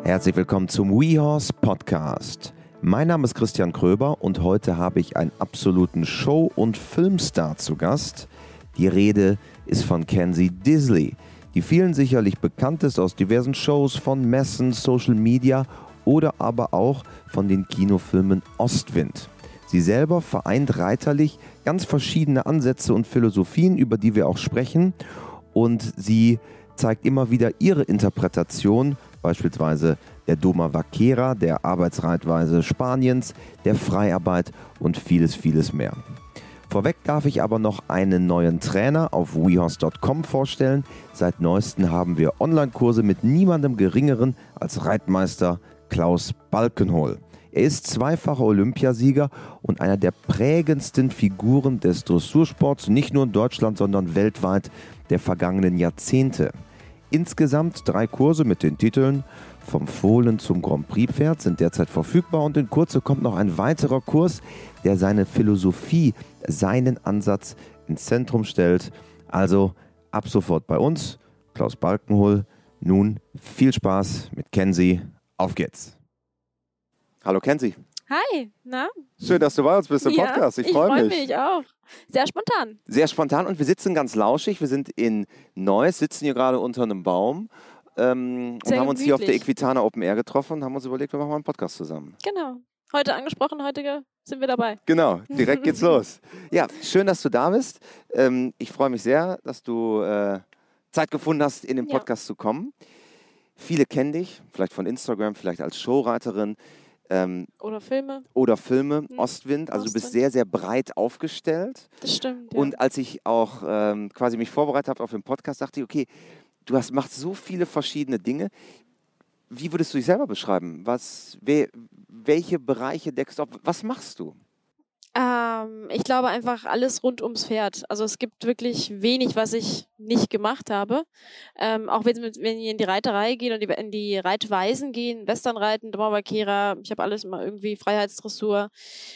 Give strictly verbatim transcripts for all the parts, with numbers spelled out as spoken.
Herzlich willkommen zum WeHorse Podcast. Mein Name ist Christian Kröber und heute habe ich einen absoluten Show- und Filmstar zu Gast. Die Rede ist von Kenzie Disley, die vielen sicherlich bekannt ist aus diversen Shows, von Messen, Social Media oder aber auch von den Kinofilmen Ostwind. Sie selber vereint reiterlich ganz verschiedene Ansätze und Philosophien, über die wir auch sprechen, und sie zeigt immer wieder ihre Interpretation, beispielsweise der Doma Vaquera, der Arbeitsreitweise Spaniens, der Freiarbeit und vieles, vieles mehr. Vorweg darf ich aber noch einen neuen Trainer auf wehorse Punkt com vorstellen. Seit neuestem haben wir Online-Kurse mit niemandem Geringeren als Reitmeister Klaus Balkenhol. Er ist zweifacher Olympiasieger und einer der prägendsten Figuren des Dressursports, nicht nur in Deutschland, sondern weltweit der vergangenen Jahrzehnte. Insgesamt drei Kurse mit den Titeln Vom Fohlen zum Grand Prix Pferd sind derzeit verfügbar und in Kürze kommt noch ein weiterer Kurs, der seine Philosophie, seinen Ansatz ins Zentrum stellt. Also ab sofort bei uns, Klaus Balkenhol. Nun viel Spaß mit Kenzie. Auf geht's. Hallo Kenzie. Hi, na? Schön, dass du bei uns bist im Ja, Podcast. Ich ich freue freu mich. mich auch. Sehr spontan. Sehr spontan und wir sitzen ganz lauschig. Wir sind in Neuss, sitzen hier gerade unter einem Baum ähm, und Sehr haben uns hier auf der gemütlich. Equitana Open Air getroffen und haben uns überlegt, wir machen mal einen Podcast zusammen. Genau. Heute angesprochen, heute sind wir dabei. Genau, direkt geht's los. Ja, schön, dass du da bist. Ähm, ich freue mich sehr, dass du äh, Zeit gefunden hast, in den Ja. Podcast zu kommen. Viele kennen dich, vielleicht von Instagram, vielleicht als Showreiterin. Ähm, Oder Filme. oder Filme, Hm, Ostwind. Also du bist Ostwind. sehr, sehr breit aufgestellt. Das stimmt. Ja. Und als ich auch ähm, quasi mich vorbereitet habe auf den Podcast, dachte ich, okay, du hast, machst so viele verschiedene Dinge. Wie würdest du dich selber beschreiben? Was, we, welche Bereiche deckst du ab? Was machst du? Ähm, ich glaube einfach alles rund ums Pferd. Also es gibt wirklich wenig, was ich nicht gemacht habe. Ähm, auch wenn, wenn ihr in die Reiterei geht und die, in die Reitweisen gehen, Westernreiten, Doma Vaquera, ich habe alles immer irgendwie Freiheitsdressur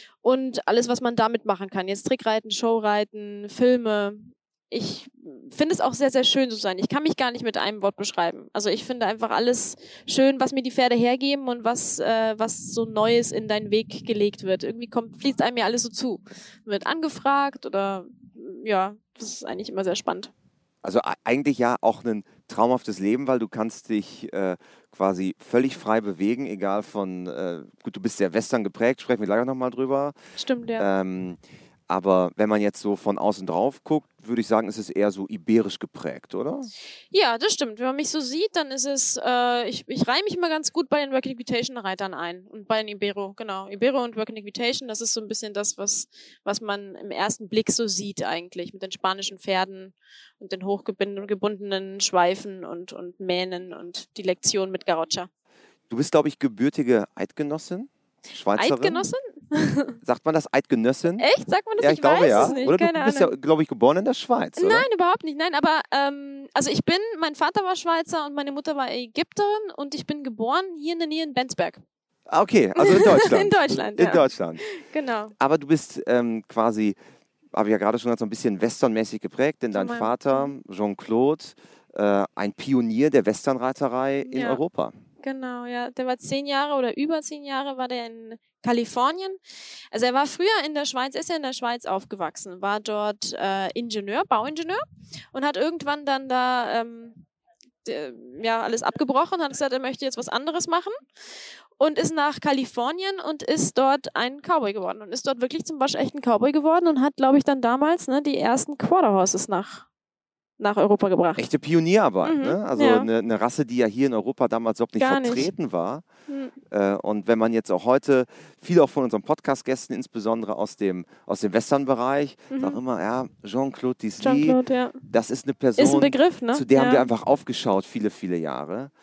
und alles, was man damit machen kann. Jetzt Trickreiten, Showreiten, Filme. Ich finde es auch sehr, sehr schön zu sein. Ich kann mich gar nicht mit einem Wort beschreiben. Also ich finde einfach alles schön, was mir die Pferde hergeben und was, äh, was so Neues in deinen Weg gelegt wird. Irgendwie kommt, fließt einem ja alles so zu. Wird angefragt oder ja, das ist eigentlich immer sehr spannend. Also e- eigentlich ja auch ein traumhaftes Leben, weil du kannst dich äh, quasi völlig frei bewegen, egal von, äh, gut, du bist sehr western geprägt, sprechen wir gleich auch nochmal drüber. Stimmt, ja. Ähm, aber wenn man jetzt so von außen drauf guckt, würde ich sagen, ist es eher so iberisch geprägt, oder? Ja, das stimmt. Wenn man mich so sieht, dann ist es, äh, ich, ich reihe mich immer ganz gut bei den Working Equitation Reitern ein und bei den Ibero, genau. Ibero und Working Equitation, das ist so ein bisschen das, was, was man im ersten Blick so sieht eigentlich, mit den spanischen Pferden und den hochgebundenen Schweifen und, und Mähnen und die Lektion mit Garrocha. Du bist, glaube ich, gebürtige Eidgenossin, Schweizerin. Eidgenossin? Sagt man das Eidgenössin? Echt? Sagt man das? Ja, ich, ich glaube weiß ja. es nicht. Oder Keine du bist Ahnung. ja, glaube ich, geboren in der Schweiz, oder? Nein, überhaupt nicht. Nein, aber ähm, also ich bin, mein Vater war Schweizer und meine Mutter war Ägypterin und ich bin geboren hier in der Nähe in Bensberg. Ah, okay, also in Deutschland. In Deutschland, In ja. Deutschland. Genau. Aber du bist ähm, quasi, habe ich ja gerade schon gesagt, so ein bisschen westernmäßig geprägt, denn dein Von meinem- Vater, Jean-Claude, äh, ein Pionier der Westernreiterei in Ja. Europa. Genau, ja. Der war zehn Jahre oder über zehn Jahre war der in Kalifornien. Also er war früher in der Schweiz, ist ja in der Schweiz aufgewachsen, war dort äh, Ingenieur, Bauingenieur und hat irgendwann dann da ähm, de, ja, alles abgebrochen, hat gesagt, er möchte jetzt was anderes machen und ist nach Kalifornien und ist dort ein Cowboy geworden und ist dort wirklich zum waschechten Cowboy geworden und hat, glaube ich, dann damals ne, die ersten Quarter Horses nach, nach Europa gebracht. Echte Pionierarbeit, Mhm, ne? Also ja. eine, eine Rasse, die ja hier in Europa damals überhaupt nicht Gar nicht. vertreten war. Hm. Äh, und wenn man jetzt auch heute, viele auch von unseren Podcast-Gästen, insbesondere aus dem, aus dem Western-Bereich, Mhm. sagen immer, ja, Jean-Claude Disley, Jean-Claude, ja. das ist eine Person, Ist ein Begriff, ne? zu der ja. haben wir einfach aufgeschaut, viele, viele Jahre.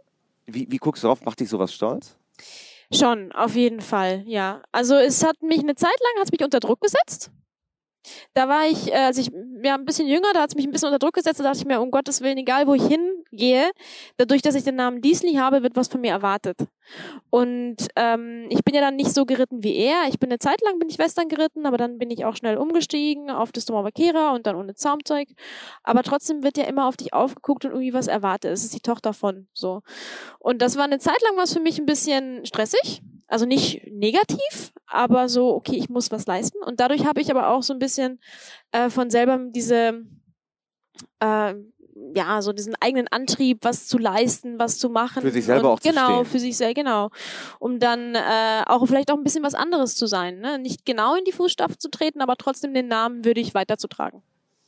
Wie, wie guckst du drauf? Macht dich sowas stolz? Schon, auf jeden Fall, ja. Also es hat mich eine Zeit lang, hat es mich unter Druck gesetzt. Da war ich, äh, als ich ja, ein bisschen jünger, da hat es mich ein bisschen unter Druck gesetzt, da dachte ich mir, um Gottes Willen, egal wo ich hin gehe, dadurch, dass ich den Namen Diesley habe, wird was von mir erwartet. Und ähm, ich bin ja dann nicht so geritten wie er. Ich bin eine Zeit lang bin ich Western geritten, aber dann bin ich auch schnell umgestiegen auf das Doma Vaquera und dann ohne Zaumzeug. Aber trotzdem wird ja immer auf dich aufgeguckt und irgendwie was erwartet. Es ist die Tochter von, so. Und das war eine Zeit lang was für mich ein bisschen stressig. Also nicht negativ, aber so, okay, ich muss was leisten. Und dadurch habe ich aber auch so ein bisschen äh, von selber diese, äh, ja, so diesen eigenen Antrieb, was zu leisten, was zu machen. Für sich selber und, auch zu genau, stehen. für sich selber, genau. Um dann äh, auch vielleicht auch ein bisschen was anderes zu sein. Ne? Nicht genau in die Fußstapfen zu treten, aber trotzdem den Namen würdig weiterzutragen.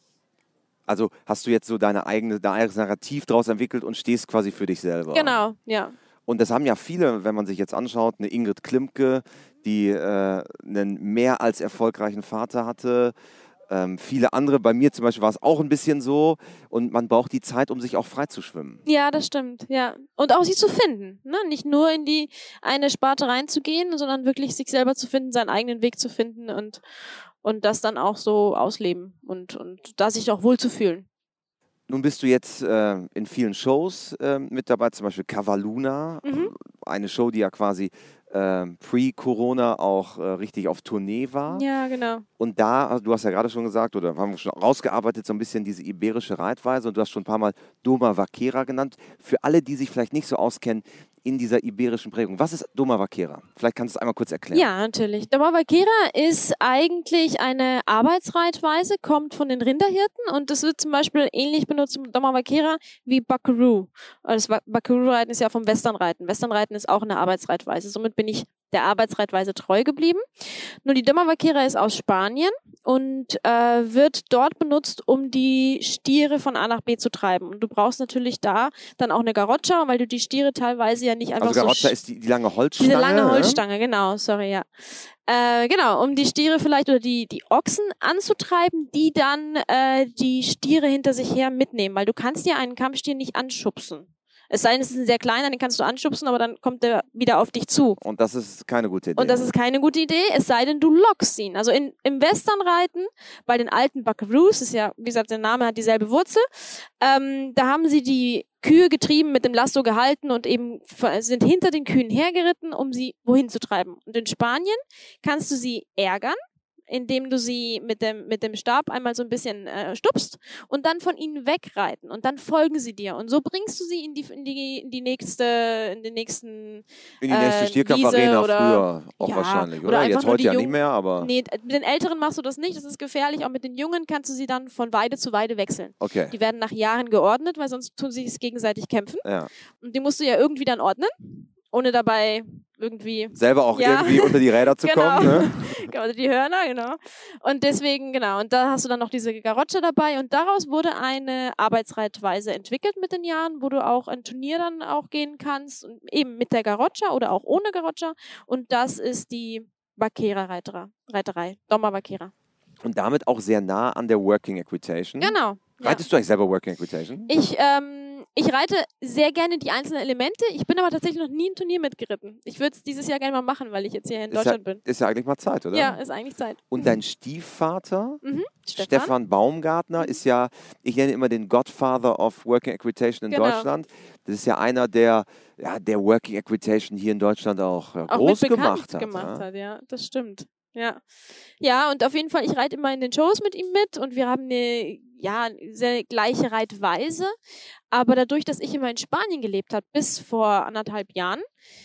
Also hast du jetzt so deine eigene, dein eigenes Narrativ daraus entwickelt und stehst quasi für dich selber. Genau, ja. Und das haben ja viele, wenn man sich jetzt anschaut, eine Ingrid Klimke, die äh, einen mehr als erfolgreichen Vater hatte. Ähm, viele andere, bei mir zum Beispiel war es auch ein bisschen so. Und man braucht die Zeit, um sich auch frei zu schwimmen. Ja, das stimmt, ja. Und auch sie zu finden. Ne? Nicht nur in die eine Sparte reinzugehen, sondern wirklich sich selber zu finden, seinen eigenen Weg zu finden und, und das dann auch so ausleben und, und da sich auch wohl zu fühlen. Nun bist du jetzt äh, in vielen Shows äh, mit dabei, zum Beispiel Cavaluna, Mhm. eine Show, die ja quasi äh, pre-Corona auch äh, richtig auf Tournee war. Ja, genau. Und da, also du hast ja gerade schon gesagt, oder haben wir schon rausgearbeitet, so ein bisschen diese iberische Reitweise und du hast schon ein paar Mal Doma Vaquera genannt. Für alle, die sich vielleicht nicht so auskennen in dieser iberischen Prägung, was ist Doma Vaquera? Vielleicht kannst du es einmal kurz erklären. Ja, natürlich. Doma Vaquera ist eigentlich eine Arbeitsreitweise, kommt von den Rinderhirten und das wird zum Beispiel ähnlich benutzt, Doma Vaquera, wie Buckaroo. Das Buckaroo-Reiten ist ja vom Westernreiten. Westernreiten ist auch eine Arbeitsreitweise. Somit bin ich der Arbeitsreitweise treu geblieben. Nur die Doma Vaquera ist aus Spanien und äh, wird dort benutzt, um die Stiere von A nach B zu treiben. Und du brauchst natürlich da dann auch eine Garrocha, weil du die Stiere teilweise ja nicht einfach Also Garrocha so... ist die, die lange Holzstange. Diese lange ne? Holzstange, genau, sorry, ja. Äh, genau, um die Stiere vielleicht oder die, die Ochsen anzutreiben, die dann äh, die Stiere hinter sich her mitnehmen, weil du kannst ja einen Kampfstier nicht anschubsen. Es sei denn, es ist ein sehr kleiner, den kannst du anschubsen, aber dann kommt er wieder auf dich zu. Und das ist keine gute Idee. Und das ist keine gute Idee, es sei denn, du lockst ihn. Also in, im Westernreiten, bei den alten Buckaroos, ist ja, wie gesagt, der Name hat dieselbe Wurzel, ähm, da haben sie die Kühe getrieben, mit dem Lasso gehalten und eben sind hinter den Kühen hergeritten, um sie wohin zu treiben. Und in Spanien kannst du sie ärgern, indem du sie mit dem, mit dem Stab einmal so ein bisschen äh, stupst und dann von ihnen wegreiten und dann folgen sie dir und so bringst du sie in die, in die, in die nächste, in den nächsten in die nächste äh, Stierkampfarena Wiese oder- früher auch ja, wahrscheinlich, oder oder? einfach Jetzt nur heute die ja nicht Jungen- mehr, aber Nee, mit den Älteren machst du das nicht, das ist gefährlich, auch mit den Jungen kannst du sie dann von Weide zu Weide wechseln. okay. Die werden nach Jahren geordnet, weil sonst tun sie sich gegenseitig kämpfen Ja. und die musst du ja irgendwie dann ordnen, ohne dabei irgendwie Selber auch Ja. irgendwie unter die Räder zu Genau. kommen. Ne? Genau, die Hörner, genau. Und deswegen, genau, und da hast du dann noch diese Garrocha dabei und daraus wurde eine Arbeitsreitweise entwickelt mit den Jahren, wo du auch ein Turnier dann auch gehen kannst, und eben mit der Garrocha oder auch ohne Garrocha und das ist die Vaquera-Reiterei, Doma Vaquera. Und damit auch sehr nah an der Working Equitation. Genau. Ja. Reitest du eigentlich selber Working Equitation? Ich, ähm, ich reite sehr gerne die einzelnen Elemente. Ich bin aber tatsächlich noch nie ein Turnier mitgeritten. Ich würde es dieses Jahr gerne mal machen, weil ich jetzt hier in Ist ja, Deutschland bin. ist ja eigentlich mal Zeit, oder? Ja, ist eigentlich Zeit. Und dein Stiefvater, Mhm. Stefan, Stefan? Baumgartner, ist ja, ich nenne ihn immer den Godfather of Working Equitation in Genau. Deutschland. Das ist ja einer, der, ja, der Working Equitation hier in Deutschland auch, ja, auch groß mit bekannt gemacht hat. gemacht ja. hat, ja, das stimmt. Ja. Ja, und auf jeden Fall, ich reite immer in den Shows mit ihm mit und wir haben eine ja, sehr gleiche Reitweise. Aber dadurch, dass ich immer in Spanien gelebt habe, bis vor anderthalb Jahren,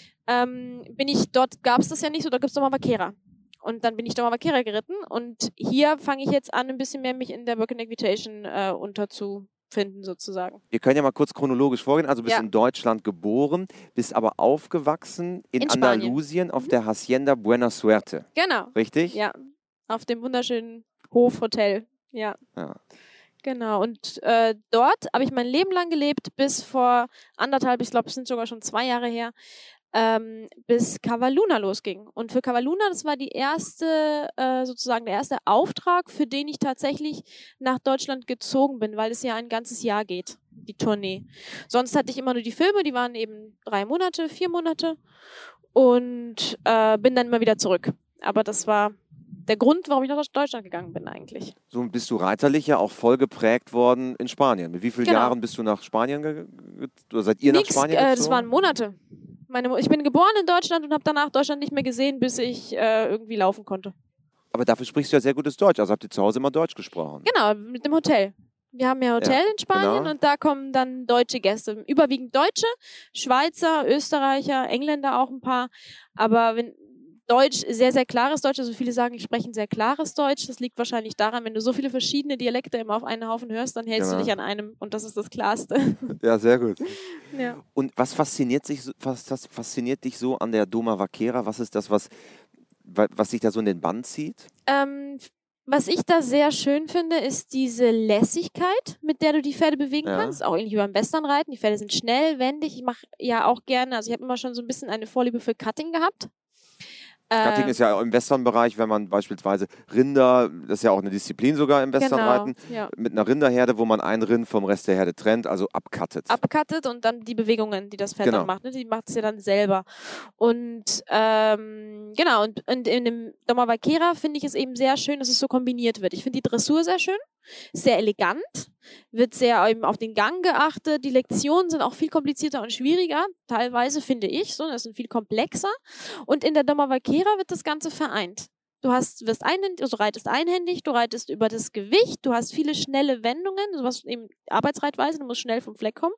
ähm, bin ich dort, gab es das ja nicht so, da gibt es Doma Vaquera. Und dann bin ich Doma Vaquera geritten und hier fange ich jetzt an, ein bisschen mehr mich in der Working Equitation äh, unterzufinden, sozusagen. Wir können ja mal kurz chronologisch vorgehen. Also bist Ja. in Deutschland geboren, bist aber aufgewachsen in, In Spanien. Andalusien auf der Hacienda Buena Suerte. Genau. Richtig? Ja, auf dem wunderschönen Hofhotel. Ja. Ja. Genau, und äh, dort habe ich mein Leben lang gelebt, bis vor anderthalb, ich glaube, es sind sogar schon zwei Jahre her, ähm, bis Cavaluna losging. Und für Cavaluna, das war die erste, äh, sozusagen der erste Auftrag, für den ich tatsächlich nach Deutschland gezogen bin, weil es ja ein ganzes Jahr geht, die Tournee. Sonst hatte ich immer nur die Filme, die waren eben drei Monate, vier Monate und äh, bin dann immer wieder zurück. Aber das war der Grund, warum ich nach Deutschland gegangen bin eigentlich. So bist du reiterlich ja auch voll geprägt worden in Spanien. Mit wie vielen Genau. Jahren bist du nach Spanien gegangen? Oder seid ihr Nix, nach Spanien äh, gezogen? das waren Monate. Meine, ich bin geboren in Deutschland und habe danach Deutschland nicht mehr gesehen, bis ich äh, irgendwie laufen konnte. Aber dafür sprichst du ja sehr gutes Deutsch. Also habt ihr zu Hause immer Deutsch gesprochen? Genau, mit dem Hotel. Wir haben ja Hotel Ja, in Spanien genau. und da kommen dann deutsche Gäste. Überwiegend Deutsche, Schweizer, Österreicher, Engländer auch ein paar. Aber wenn Deutsch, sehr, sehr klares Deutsch, also viele sagen, ich spreche ein sehr klares Deutsch. Das liegt wahrscheinlich daran, wenn du so viele verschiedene Dialekte immer auf einen Haufen hörst, dann hältst Genau. du dich an einem und das ist das Klarste. Ja, sehr gut. Ja. Und was fasziniert, sich, so- was, was fasziniert dich so an der Doma Vaquera? Was ist das, was, wa- was dich da so in den Bann zieht? Ähm, was ich da sehr schön finde, ist diese Lässigkeit, mit der du die Pferde bewegen Ja. kannst. Auch ähnlich wie beim Westernreiten. Die Pferde sind schnell, wendig. Ich mache ja auch gerne, also ich habe immer schon so ein bisschen eine Vorliebe für Cutting gehabt. Cutting Ähm, ist ja im Westernbereich, wenn man beispielsweise Rinder, das ist ja auch eine Disziplin sogar im Westernreiten, Genau, ja. mit einer Rinderherde, wo man ein Rind vom Rest der Herde trennt, also abcuttet. Abcuttet und dann die Bewegungen, die das Pferd Genau. dann macht. Ne? Die macht es ja dann selber. Und ähm, genau, und, und in dem Doma Vaquera finde ich es eben sehr schön, dass es so kombiniert wird. Ich finde die Dressur sehr schön, sehr elegant, wird sehr eben auf den Gang geachtet. Die Lektionen sind auch viel komplizierter und schwieriger, teilweise finde ich so, das sind viel komplexer. Und in der Doma Vaquera wird das Ganze vereint. Du hast, wirst einhändig, also reitest einhändig, du reitest über das Gewicht, du hast viele schnelle Wendungen, sowas eben Arbeitsreitweise, du musst schnell vom Fleck kommen.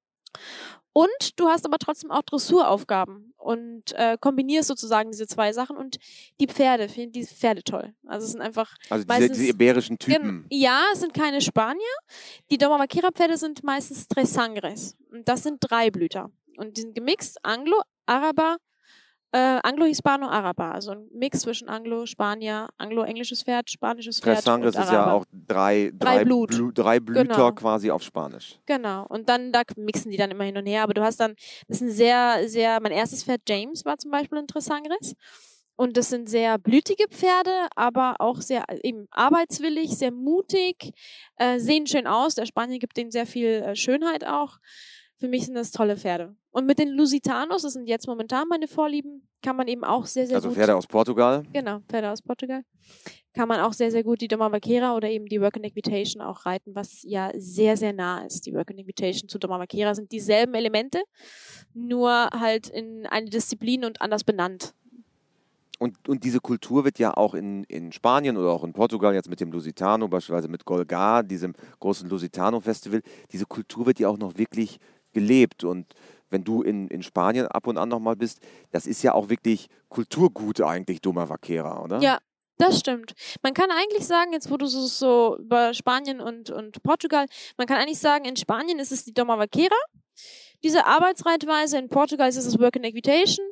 Und du hast aber trotzdem auch Dressuraufgaben und äh, kombinierst sozusagen diese zwei Sachen und die Pferde, finde die Pferde toll. Also es sind einfach Also diese, meistens, diese iberischen Gen- Typen. ja, es sind keine Spanier. Die Doma Vaquera Pferde sind meistens Tres Sangres und das sind Dreiblüter und die sind gemixt Anglo, Araber, äh, Anglo-Hispano-Araber, also ein Mix zwischen Anglo, Spanier, Anglo-englisches Pferd, spanisches Pferd Tres Sangres und ist ja Araber. auch drei, Drei drei, Blut. Blu, drei Blüter Genau. quasi auf Spanisch. Genau. Und dann, da mixen die dann immer hin und her. Aber du hast dann, das ist ein sehr, sehr, mein erstes Pferd James war zum Beispiel ein Tres Sangres. Und das sind sehr blütige Pferde, aber auch sehr eben arbeitswillig, sehr mutig, äh, sehen schön aus. Der Spanier gibt denen sehr viel äh, Schönheit auch. Für mich sind das tolle Pferde. Und mit den Lusitanos, das sind jetzt momentan meine Vorlieben, kann man eben auch sehr, sehr Also gut... Pferde aus Portugal. Genau, Pferde aus Portugal. Kann man auch sehr, sehr gut die Doma Vaquera oder eben die Work and Equitation auch reiten, was ja sehr, sehr nah ist. Die Work and Equitation zu Doma Vaquera sind dieselben Elemente, nur halt in eine Disziplin und anders benannt. Und, und diese Kultur wird ja auch in, in Spanien oder auch in Portugal, jetzt mit dem Lusitano, beispielsweise mit Golgar, diesem großen Lusitano-Festival, diese Kultur wird ja auch noch wirklich gelebt. Und wenn du in, in Spanien ab und an nochmal bist, das ist ja auch wirklich Kulturgut eigentlich, Doma Vaquera, oder? Ja, das stimmt. Man kann eigentlich sagen, jetzt wo du so, so über Spanien und, und Portugal, man kann eigentlich sagen, in Spanien ist es die Doma Vaquera, diese Arbeitsreitweise, in Portugal ist es das Work and Equitation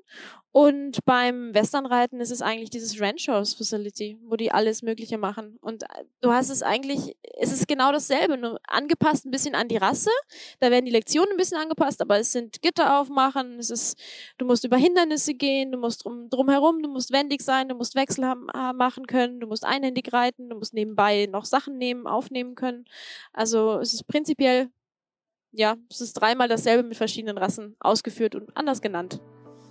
und beim Westernreiten ist es eigentlich dieses Ranchhouse Facility, wo die alles Mögliche machen. Und du hast es eigentlich, es ist genau dasselbe, nur angepasst ein bisschen an die Rasse. Da werden die Lektionen ein bisschen angepasst, aber es sind Gitter aufmachen, es ist, du musst über Hindernisse gehen, du musst drum, drumherum, du musst wendig sein, du musst Wechsel haben, machen können, du musst einhändig reiten, du musst nebenbei noch Sachen nehmen, aufnehmen können. Also es ist prinzipiell, ja, es ist dreimal dasselbe mit verschiedenen Rassen ausgeführt und anders genannt.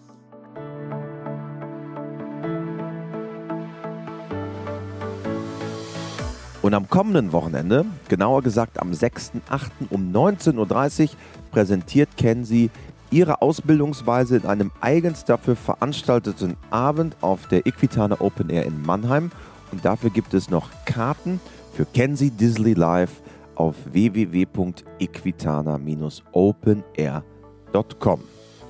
Und am kommenden Wochenende, genauer gesagt am sechsten achten um neunzehn Uhr dreißig, präsentiert Kenzie ihre Ausbildungsweise in einem eigens dafür veranstalteten Abend auf der Equitana Open Air in Mannheim. Und dafür gibt es noch Karten für Kenzie Disley Live auf w w w punkt equitana dash open air punkt com.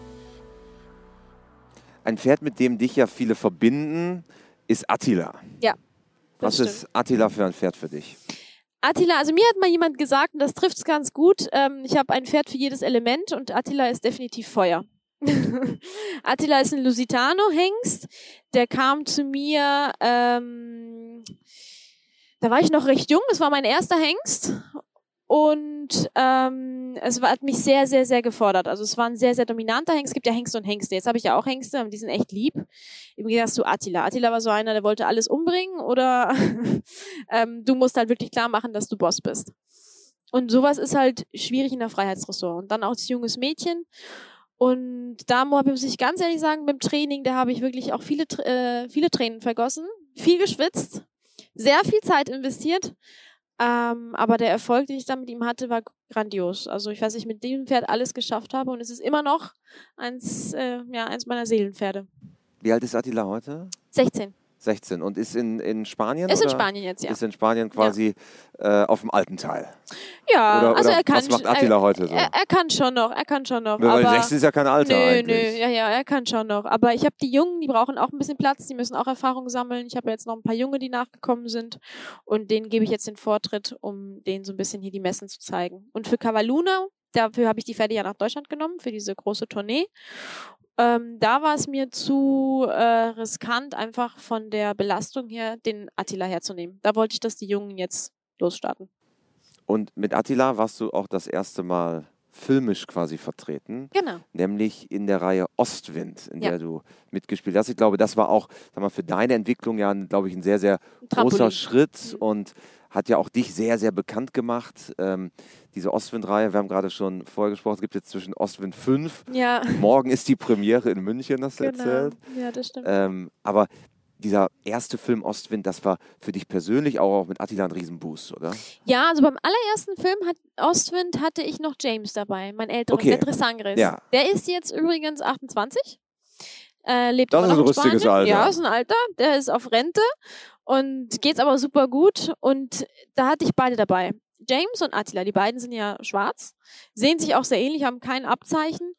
Ein Pferd, mit dem dich ja viele verbinden, ist Attila. Ja. Was stimmt. ist Attila für ein Pferd für dich? Attila, also mir hat mal jemand gesagt, und das trifft es ganz gut, ähm, ich habe ein Pferd für jedes Element und Attila ist definitiv Feuer. Attila ist ein Lusitano-Hengst, der kam zu mir, ähm, da war ich noch recht jung, das war mein erster Hengst und ähm, es war, hat mich sehr, sehr, sehr gefordert. Also es war ein sehr, sehr dominanter Hengst. Es gibt ja Hengste und Hengste. Jetzt habe ich ja auch Hengste, und die sind echt lieb. Im Gegensatz zu Attila. Attila war so einer, der wollte alles umbringen oder ähm, du musst halt wirklich klar machen, dass du Boss bist. Und sowas ist halt schwierig in der Freiheitsdressur. Und dann auch das junges Mädchen. Und da muss ich ganz ehrlich sagen, beim Training, da habe ich wirklich auch viele, äh, viele Tränen vergossen. viel geschwitzt, sehr viel Zeit investiert. Ähm, aber der Erfolg, den ich dann mit ihm hatte, war grandios. Also ich weiß, ich mit dem Pferd alles geschafft habe und es ist immer noch eins, äh, ja, eins meiner Seelenpferde. Wie alt ist Attila heute? sechzehn. sechzehn. Und ist in, in Spanien? Ist oder? in Spanien jetzt, ja. Ist in Spanien quasi ja. äh, auf dem alten Teil. Ja, oder, also oder er kann. Was macht Attila er, heute so? Er, er kann schon noch, er kann schon noch. Ja, weil aber sechzehn ist ja kein Alter nö, eigentlich. Nö, ja, ja, er kann schon noch. Aber ich habe die Jungen, die brauchen auch ein bisschen Platz, die müssen auch Erfahrung sammeln. Ich habe jetzt noch ein paar Junge, die nachgekommen sind und denen gebe ich jetzt den Vortritt, um denen so ein bisschen hier die Messen zu zeigen. Und für Cavalluna, dafür habe ich die Pferde ja nach Deutschland genommen, für diese große Tournee. Ähm, da war es mir zu äh, riskant, einfach von der Belastung her den Attila herzunehmen. Da wollte ich, dass die Jungen jetzt losstarten. Und mit Attila warst du auch das erste Mal filmisch quasi vertreten. Genau. Nämlich in der Reihe Ostwind, in ja. der du mitgespielt hast. Ich glaube, das war auch, sag mal, für deine Entwicklung ja, glaube ich, ein sehr, sehr großer Schritt mhm. und hat ja auch dich sehr, sehr bekannt gemacht. Ähm, diese Ostwind-Reihe, wir haben gerade schon vorher gesprochen, es gibt jetzt zwischen Ostwind fünf. Ja. Morgen ist die Premiere in München, hast du genau. erzählt. Ja, das stimmt. Ähm, aber dieser erste Film Ostwind, das war für dich persönlich auch, auch mit Attila ein Riesenboost, oder? Ja, also beim allerersten Film hat Ostwind hatte ich noch James dabei, mein älterer, okay. der Trisangres. Ja. Der ist jetzt übrigens achtundzwanzig. Äh, lebt das immer noch ist ein lustiges Alter. Ja, ist ein Alter. Der ist auf Rente und geht's aber super gut. Und da hatte ich beide dabei. James und Attila, die beiden sind ja schwarz, sehen sich auch sehr ähnlich, haben kein Abzeichen.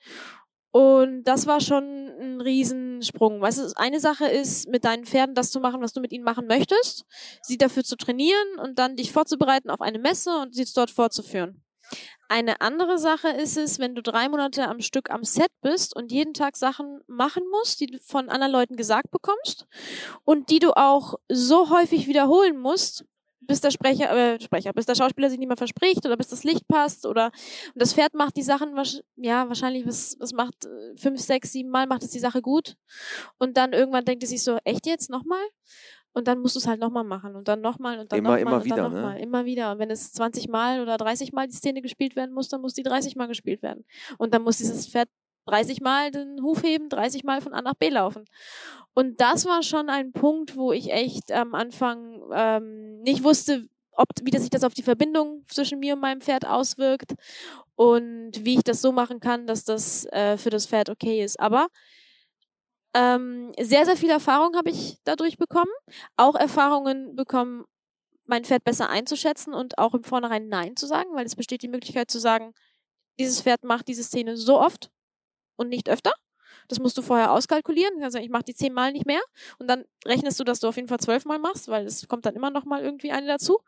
Und das war schon ein Riesensprung. Weißt du, eine Sache ist, mit deinen Pferden das zu machen, was du mit ihnen machen möchtest, sie dafür zu trainieren und dann dich vorzubereiten auf eine Messe und sie dort fortzuführen. Eine andere Sache ist es, wenn du drei Monate am Stück am Set bist und jeden Tag Sachen machen musst, die du von anderen Leuten gesagt bekommst und die du auch so häufig wiederholen musst, bis der Sprecher, äh, Sprecher, bis der Schauspieler sich nicht mehr verspricht oder bis das Licht passt oder und das Pferd macht die Sachen, ja, wahrscheinlich, was, was macht fünf, sechs, sieben Mal macht es die Sache gut und dann irgendwann denkt es sich so, echt jetzt nochmal? Und dann musst du es halt nochmal machen und dann nochmal und dann immer, nochmal immer und wieder, dann nochmal. Ne? Immer wieder. Und wenn es zwanzig Mal oder dreißig Mal die Szene gespielt werden muss, dann muss die dreißig Mal gespielt werden. Und dann muss dieses Pferd dreißig Mal den Huf heben, dreißig Mal von A nach B laufen. Und das war schon ein Punkt, wo ich echt am Anfang ähm, nicht wusste, ob, wie das sich das auf die Verbindung zwischen mir und meinem Pferd auswirkt und wie ich das so machen kann, dass das äh, für das Pferd okay ist. Aber ähm, sehr, sehr viel Erfahrung habe ich dadurch bekommen. Auch Erfahrungen bekommen, mein Pferd besser einzuschätzen und auch im Vornherein Nein zu sagen, weil es besteht die Möglichkeit zu sagen, dieses Pferd macht diese Szene so oft und nicht öfter. Das musst du vorher auskalkulieren. Du kannst sagen, ich mache die zehnmal nicht mehr und dann rechnest du, dass du auf jeden Fall zwölfmal machst, weil es kommt dann immer noch mal irgendwie eine dazu.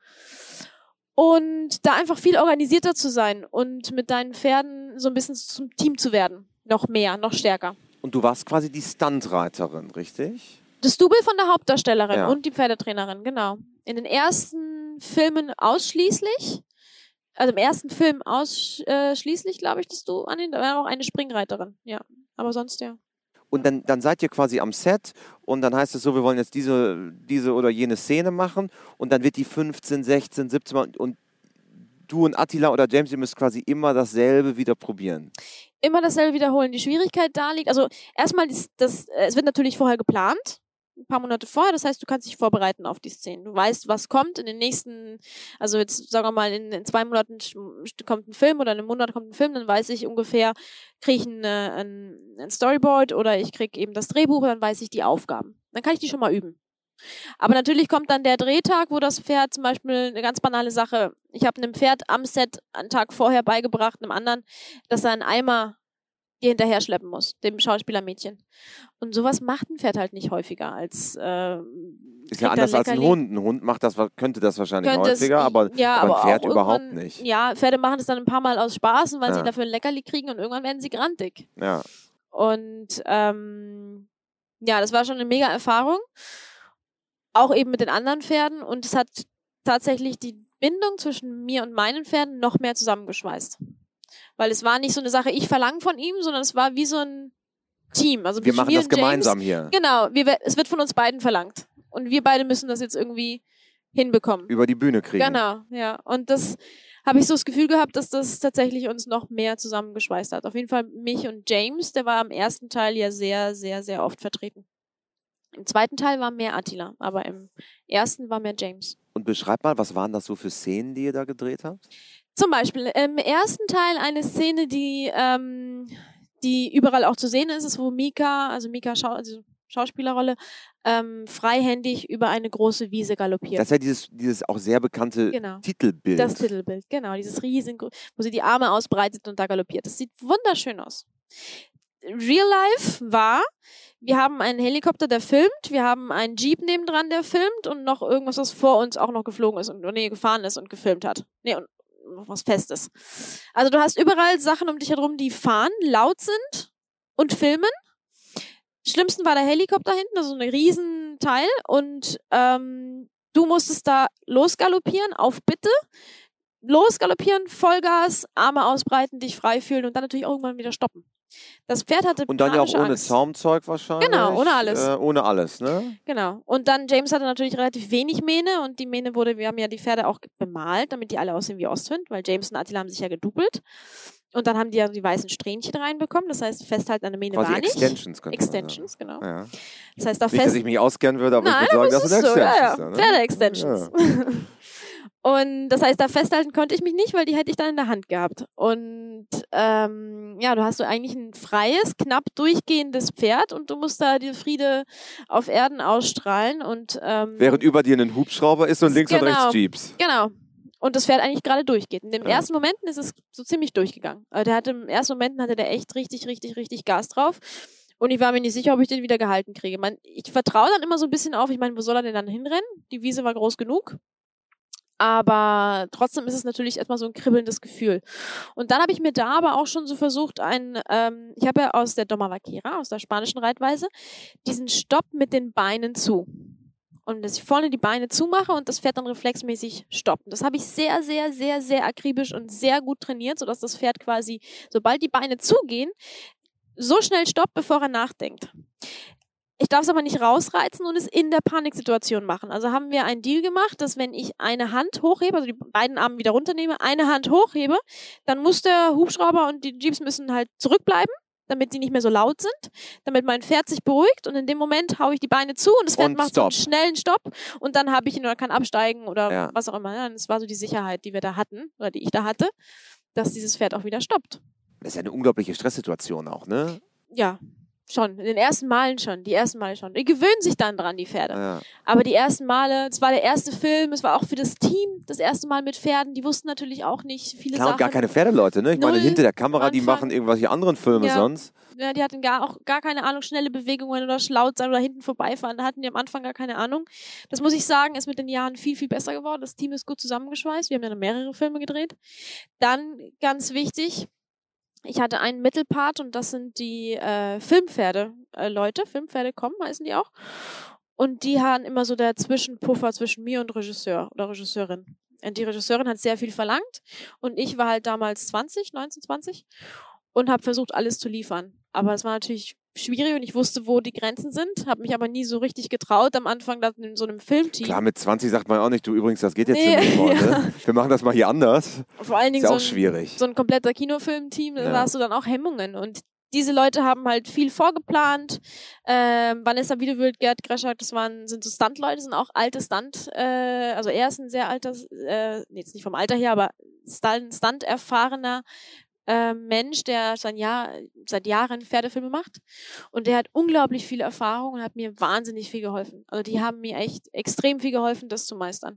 Und da einfach viel organisierter zu sein und mit deinen Pferden so ein bisschen zum Team zu werden. Noch mehr, noch stärker. Und du warst quasi die Stuntreiterin, richtig? Das Double von der Hauptdarstellerin ja. und die Pferdetrainerin, genau. In den ersten Filmen ausschließlich, also im ersten Film ausschließlich, glaube ich, dass du an den, da war auch eine Springreiterin, ja. Aber sonst ja. Und dann, dann seid ihr quasi am Set und dann heißt es so, wir wollen jetzt diese, diese oder jene Szene machen und dann wird die fünfzehn, sechzehn, siebzehn Mal und du und Attila oder James, ihr müsst quasi immer dasselbe wieder probieren. Immer dasselbe wiederholen. Die Schwierigkeit da liegt, also erstmal, das, das, es wird natürlich vorher geplant, ein paar Monate vorher, das heißt, du kannst dich vorbereiten auf die Szenen. Du weißt, was kommt in den nächsten, also jetzt sagen wir mal, in, in zwei Monaten kommt ein Film oder in einem Monat kommt ein Film, dann weiß ich ungefähr, kriege ich ein, ein, ein Storyboard oder ich kriege eben das Drehbuch, dann weiß ich die Aufgaben. Dann kann ich die schon mal üben. Aber natürlich kommt dann der Drehtag, wo das Pferd zum Beispiel eine ganz banale Sache, ich habe einem Pferd am Set einen Tag vorher beigebracht, einem anderen, dass er einen Eimer dir hinterher schleppen muss, dem Schauspielermädchen. Und sowas macht ein Pferd halt nicht häufiger als äh, ist ja anders als ein Hund. Ein Hund macht das, könnte das wahrscheinlich könnte häufiger, es, aber, ja, aber ein aber Pferd überhaupt nicht. Ja, Pferde machen das dann ein paar Mal aus Spaß und weil ja. sie dafür ein Leckerli kriegen und irgendwann werden sie grantig. Ja. Und ähm, ja, das war schon eine mega Erfahrung. Auch eben mit den anderen Pferden und es hat tatsächlich die Bindung zwischen mir und meinen Pferden noch mehr zusammengeschweißt. Weil es war nicht so eine Sache, ich verlange von ihm, sondern es war wie so ein Team. Also wir machen das gemeinsam James, hier. Genau, wir, es wird von uns beiden verlangt. Und wir beide müssen das jetzt irgendwie hinbekommen. Über die Bühne kriegen. Genau, ja. Und das habe ich so das Gefühl gehabt, dass das tatsächlich uns noch mehr zusammengeschweißt hat. Auf jeden Fall mich und James, der war am ersten Teil ja sehr, sehr, sehr oft vertreten. Im zweiten Teil war mehr Attila, aber im ersten war mehr James. Und beschreib mal, was waren das so für Szenen, die ihr da gedreht habt? Zum Beispiel im ersten Teil eine Szene, die, ähm, die überall auch zu sehen ist, ist, wo Mika, also Mika, Schau also Schauspielerrolle, ähm, freihändig über eine große Wiese galoppiert. Das ist ja dieses, dieses auch sehr bekannte genau. Titelbild. Das Titelbild, genau. Dieses riesen, wo sie die Arme ausbreitet und da galoppiert. Das sieht wunderschön aus. Real Life war, wir haben einen Helikopter, der filmt, wir haben einen Jeep nebendran, der filmt und noch irgendwas, was vor uns auch noch geflogen ist und nee, gefahren ist und gefilmt hat. Nee, und noch was Festes. Also du hast überall Sachen um dich herum, die fahren, laut sind und filmen. Schlimmsten war der Helikopter hinten, also ein Riesenteil und ähm, du musstest da losgaloppieren, auf Bitte, losgaloppieren, Vollgas, Arme ausbreiten, dich frei fühlen und dann natürlich auch irgendwann wieder stoppen. Das Pferd hatte Und dann ja auch ohne Angst. Zaumzeug wahrscheinlich. Genau, ohne alles. Äh, ohne alles, ne? Genau. Und dann, James hatte natürlich relativ wenig Mähne und die Mähne wurde, wir haben ja die Pferde auch bemalt, damit die alle aussehen wie Ostwind, weil James und Attila haben sich ja gedoppelt. Und dann haben die ja die weißen Strähnchen reinbekommen, das heißt, festhalten an der Mähne Quasi war nicht. Extensions, könnte Extensions, man sagen. genau. Ja. Das heißt, da Nicht, fest... dass ich mich auskennen würde, aber Nein, ich würde sagen, das sind so, Extensions. ja, ja. Da, ne? Pferde-Extensions. Ja. Und das heißt, da festhalten konnte ich mich nicht, weil die hätte ich dann in der Hand gehabt. Und ähm, ja, du hast so eigentlich ein freies, knapp durchgehendes Pferd und du musst da die Friede auf Erden ausstrahlen. Und, ähm, Während über dir ein Hubschrauber ist und links genau, und rechts Jeeps. Genau. Und das Pferd eigentlich gerade durchgeht. In den Ja. ersten Momenten ist es so ziemlich durchgegangen. Also der hatte im ersten Momenten hatte der echt richtig, richtig, richtig Gas drauf. Und ich war mir nicht sicher, ob ich den wieder gehalten kriege. Man, ich vertraue dann immer so ein bisschen auf. Ich meine, wo soll er denn dann hinrennen? Die Wiese war groß genug. Aber trotzdem ist es natürlich erstmal so ein kribbelndes Gefühl. Und dann habe ich mir da aber auch schon so versucht, ein, ähm, ich habe ja aus der Doma Vaquera, aus der spanischen Reitweise, diesen Stopp mit den Beinen zu. Und dass ich vorne die Beine zumache und das Pferd dann reflexmäßig stoppt. Das habe ich sehr, sehr, sehr, sehr akribisch und sehr gut trainiert, sodass das Pferd quasi, sobald die Beine zugehen, so schnell stoppt, bevor er nachdenkt. Ich darf es aber nicht rausreizen und es in der Paniksituation machen. Also haben wir einen Deal gemacht, dass wenn ich eine Hand hochhebe, also die beiden Arme wieder runternehme, eine Hand hochhebe, dann muss der Hubschrauber und die Jeeps müssen halt zurückbleiben, damit die nicht mehr so laut sind, damit mein Pferd sich beruhigt und in dem Moment haue ich die Beine zu und das Pferd Und macht Stop. so einen schnellen Stopp und dann habe ich ihn oder kann absteigen oder Ja. was auch immer. Das war so die Sicherheit, die wir da hatten oder die ich da hatte, dass dieses Pferd auch wieder stoppt. Das ist ja eine unglaubliche Stresssituation auch, ne? Ja. Schon, in den ersten Malen schon, die ersten Male schon. Die gewöhnen sich dann dran, die Pferde. Ja. Aber die ersten Male, es war der erste Film, es war auch für das Team das erste Mal mit Pferden, die wussten natürlich auch nicht viele Klar, und Sachen. gar keine Pferdeleute, ne? Ich meine, Null hinter der Kamera, die Anfang. machen irgendwelche anderen Filme Ja. sonst. Ja, die hatten gar auch gar keine Ahnung, schnelle Bewegungen oder laut sein oder hinten vorbeifahren, da hatten die am Anfang gar keine Ahnung. Das muss ich sagen, ist mit den Jahren viel, viel besser geworden. Das Team ist gut zusammengeschweißt, wir haben ja noch mehrere Filme gedreht. Dann, ganz wichtig, ich hatte einen Mittelpart und das sind die äh, Filmpferde-Leute. Filmpferde kommen, heißen die auch. Und die haben immer so der Zwischenpuffer zwischen mir und Regisseur oder Regisseurin. Und die Regisseurin hat sehr viel verlangt und ich war halt damals zwanzig, neunzehn, zwanzig und habe versucht, alles zu liefern. Aber es war natürlich schwierig und ich wusste, wo die Grenzen sind, habe mich aber nie so richtig getraut am Anfang da in so einem Filmteam. Klar, mit zwanzig sagt man auch nicht, du übrigens, das geht jetzt Nee, nee, nicht, Freunde. ja. Wir machen das mal hier anders. Vor allen Dingen Ist ja so auch ein, schwierig. so ein kompletter Kinofilmteam, da Ja. hast du dann auch Hemmungen. Und diese Leute haben halt viel vorgeplant. Ähm, Vanessa Wiedewült, Gerd Greschak, das waren, sind so Stunt-Leute, sind auch alte Stunt, äh, also er ist ein sehr alter, äh, nee, jetzt nicht vom Alter her, aber Stunt- Stunt-erfahrener äh, Mensch, der sein Jahr, seit Jahren Pferdefilme macht. Und der hat unglaublich viel Erfahrung und hat mir wahnsinnig viel geholfen. Also die haben mir echt extrem viel geholfen, das zu meistern.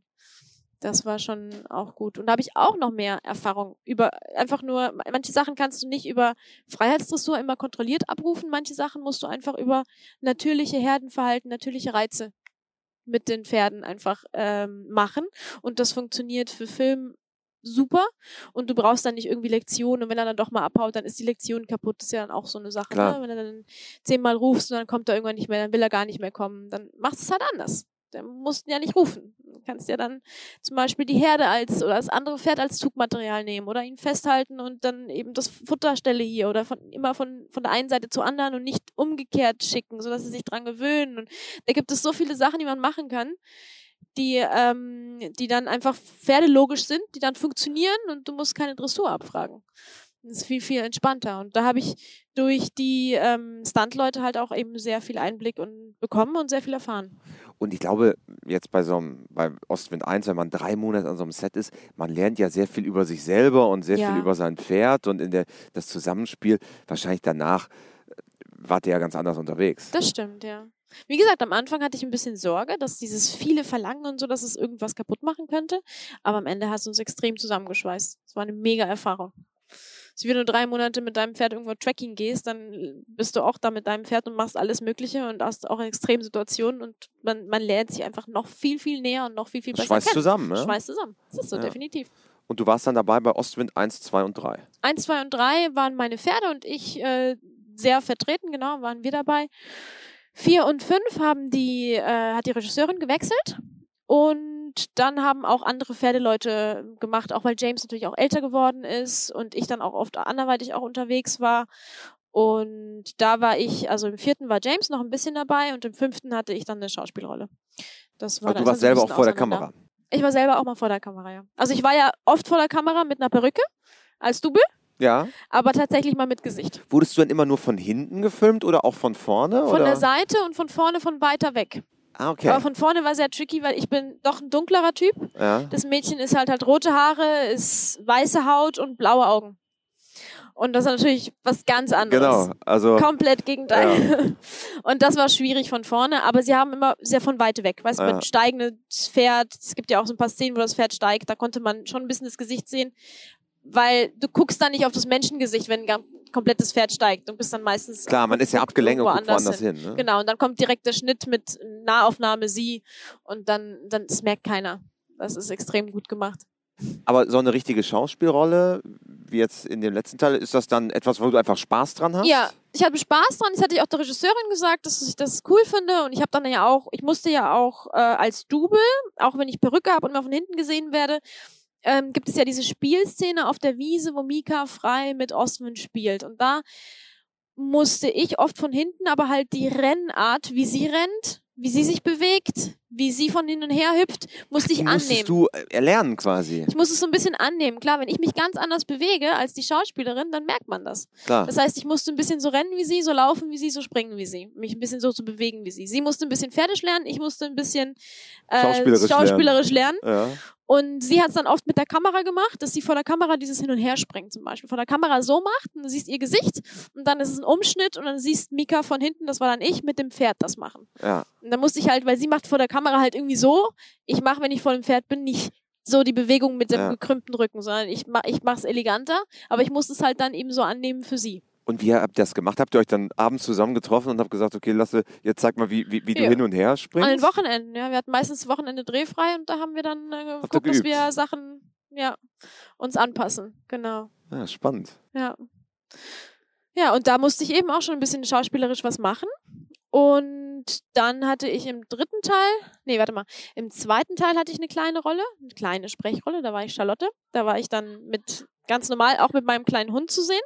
Das war schon auch gut. Und da habe ich auch noch mehr Erfahrung über, einfach nur, manche Sachen kannst du nicht über Freiheitsdressur immer kontrolliert abrufen, manche Sachen musst du einfach über natürliche Herdenverhalten, natürliche Reize mit den Pferden einfach ähm, machen. Und das funktioniert für Film super und du brauchst dann nicht irgendwie Lektionen und wenn er dann doch mal abhaut, dann ist die Lektion kaputt. Das ist ja dann auch so eine Sache. Klar. Ne? Wenn er dann zehnmal rufst und dann kommt er irgendwann nicht mehr, dann will er gar nicht mehr kommen, dann machst du es halt anders. Dann musst du ja nicht rufen. Du kannst ja dann zum Beispiel die Herde als oder das andere Pferd als Zugmaterial nehmen oder ihn festhalten und dann eben das Futterstelle hier oder von, immer von, von der einen Seite zur anderen und nicht umgekehrt schicken, sodass sie sich dran gewöhnen. Und da gibt es so viele Sachen, die man machen kann, die, ähm, die dann einfach pferdelogisch sind, die dann funktionieren und du musst keine Dressur abfragen. Das ist viel, viel entspannter. Und da habe ich durch die ähm, Stunt-Leute halt auch eben sehr viel Einblick und bekommen und sehr viel erfahren. Und ich glaube, jetzt bei so einem, bei Ostwind eins, wenn man drei Monate an so einem Set ist, man lernt ja sehr viel über sich selber und sehr Ja. viel über sein Pferd und in der, das Zusammenspiel, wahrscheinlich danach wart ihr ja ganz anders unterwegs. Das stimmt, ja. Wie gesagt, am Anfang hatte ich ein bisschen Sorge, dass dieses viele Verlangen und so, dass es irgendwas kaputt machen könnte. Aber am Ende hast du uns extrem zusammengeschweißt. Es war eine mega Erfahrung. Also wenn du drei Monate mit deinem Pferd irgendwo Tracking gehst, dann bist du auch da mit deinem Pferd und machst alles Mögliche und hast auch Extremsituationen und man, man lernt sich einfach noch viel, viel näher und noch viel, viel besser Schweißt kennen. zusammen, ne? Schweißt zusammen. Das ist so, Ja. definitiv. Und du warst dann dabei bei Ostwind eins, zwei und drei. Eins, zwei und drei waren meine Pferde und ich äh, sehr vertreten, genau, waren wir dabei. Vier und fünf haben die, äh, hat die Regisseurin gewechselt und dann haben auch andere Pferdeleute gemacht, auch weil James natürlich auch älter geworden ist und ich dann auch oft anderweitig auch unterwegs war. Und da war ich, also im vierten war James noch ein bisschen dabei und im fünften hatte ich dann eine Schauspielrolle. Das war Aber dann du warst so ein selber auch bisschen vor der auseinander. Kamera. Ich war selber auch mal vor der Kamera, ja. Also ich war ja oft vor der Kamera mit einer Perücke als Double, Ja. aber tatsächlich mal mit Gesicht. Wurdest du dann immer nur von hinten gefilmt oder auch von vorne? Von oder? der Seite und von vorne von weiter weg. Ah, okay. Aber von vorne war sehr tricky, weil ich bin doch ein dunklerer Typ. Ja. Das Mädchen ist halt halt rote Haare, ist weiße Haut und blaue Augen. Und das ist natürlich was ganz anderes. Genau, also Komplett Gegenteil. Ja. Und das war schwierig von vorne, aber sie haben immer sehr von weit weg. Weißt du, Ja. mit steigendes Pferd, es gibt ja auch so ein paar Szenen, wo das Pferd steigt, da konnte man schon ein bisschen das Gesicht sehen, weil du guckst dann nicht auf das Menschengesicht, wenn ein ga- komplettes Pferd steigt. Du bist dann meistens... klar, man ist ja abgelenkt und guckt irgendwo anders woanders hin. Ne? Genau, und dann kommt direkt der Schnitt mit Nahaufnahme sie und dann, dann das merkt keiner. Das ist extrem gut gemacht. Aber so eine richtige Schauspielrolle, wie jetzt in dem letzten Teil, ist das dann etwas, wo du einfach Spaß dran hast? Ja, ich hatte Spaß dran. Das hatte ich auch der Regisseurin gesagt, dass ich das cool finde. Und ich habe dann ja auch, ich musste ja auch äh, als Double, auch wenn ich Perücke habe und mal von hinten gesehen werde, ähm, gibt es ja diese Spielszene auf der Wiese, wo Mika frei mit Ostwind spielt. Und da musste ich oft von hinten, aber halt die Rennart, wie sie rennt, wie sie sich bewegt, wie sie von hin und her hüpft, musste ich Musstest annehmen. du erlernen quasi. Ich muss es so ein bisschen annehmen. Klar, wenn ich mich ganz anders bewege als die Schauspielerin, dann merkt man das. Klar. Das heißt, ich musste ein bisschen so rennen wie sie, so laufen wie sie, so springen wie sie. Mich ein bisschen so zu bewegen wie sie. Sie musste ein bisschen Pferdisch lernen, ich musste ein bisschen äh, Schauspielerisch schauspielerisch lernen. Ja. Und sie hat es dann oft mit der Kamera gemacht, dass sie vor der Kamera dieses Hin- und Herspringen zum Beispiel. Vor der Kamera so macht, und du siehst ihr Gesicht und dann ist es ein Umschnitt und dann siehst Mika von hinten, das war dann ich, mit dem Pferd das machen. Ja. Und dann musste ich halt, weil sie macht vor der Kamera halt irgendwie so, ich mache, wenn ich vor dem Pferd bin, nicht so die Bewegung mit dem Ja. gekrümmten Rücken, sondern ich, mach, ich mache es eleganter, aber ich muss es halt dann eben so annehmen für sie. Und wie habt ihr das gemacht? Habt ihr euch dann abends zusammen getroffen und habt gesagt, okay, Lasse, jetzt zeig mal, wie, wie, wie du Ja. hin und her springst? An den Wochenenden, ja. Wir hatten meistens Wochenende drehfrei und da haben wir dann äh, ihr geguckt, dass geübt? wir Sachen, ja, uns anpassen. Genau. Ja, spannend. Ja. Ja, und da musste ich eben auch schon ein bisschen schauspielerisch was machen. Und dann hatte ich im dritten Teil, nee, warte mal, im zweiten Teil hatte ich eine kleine Rolle, eine kleine Sprechrolle, da war ich Charlotte. Da war ich dann mit, ganz normal, auch mit meinem kleinen Hund zu sehen.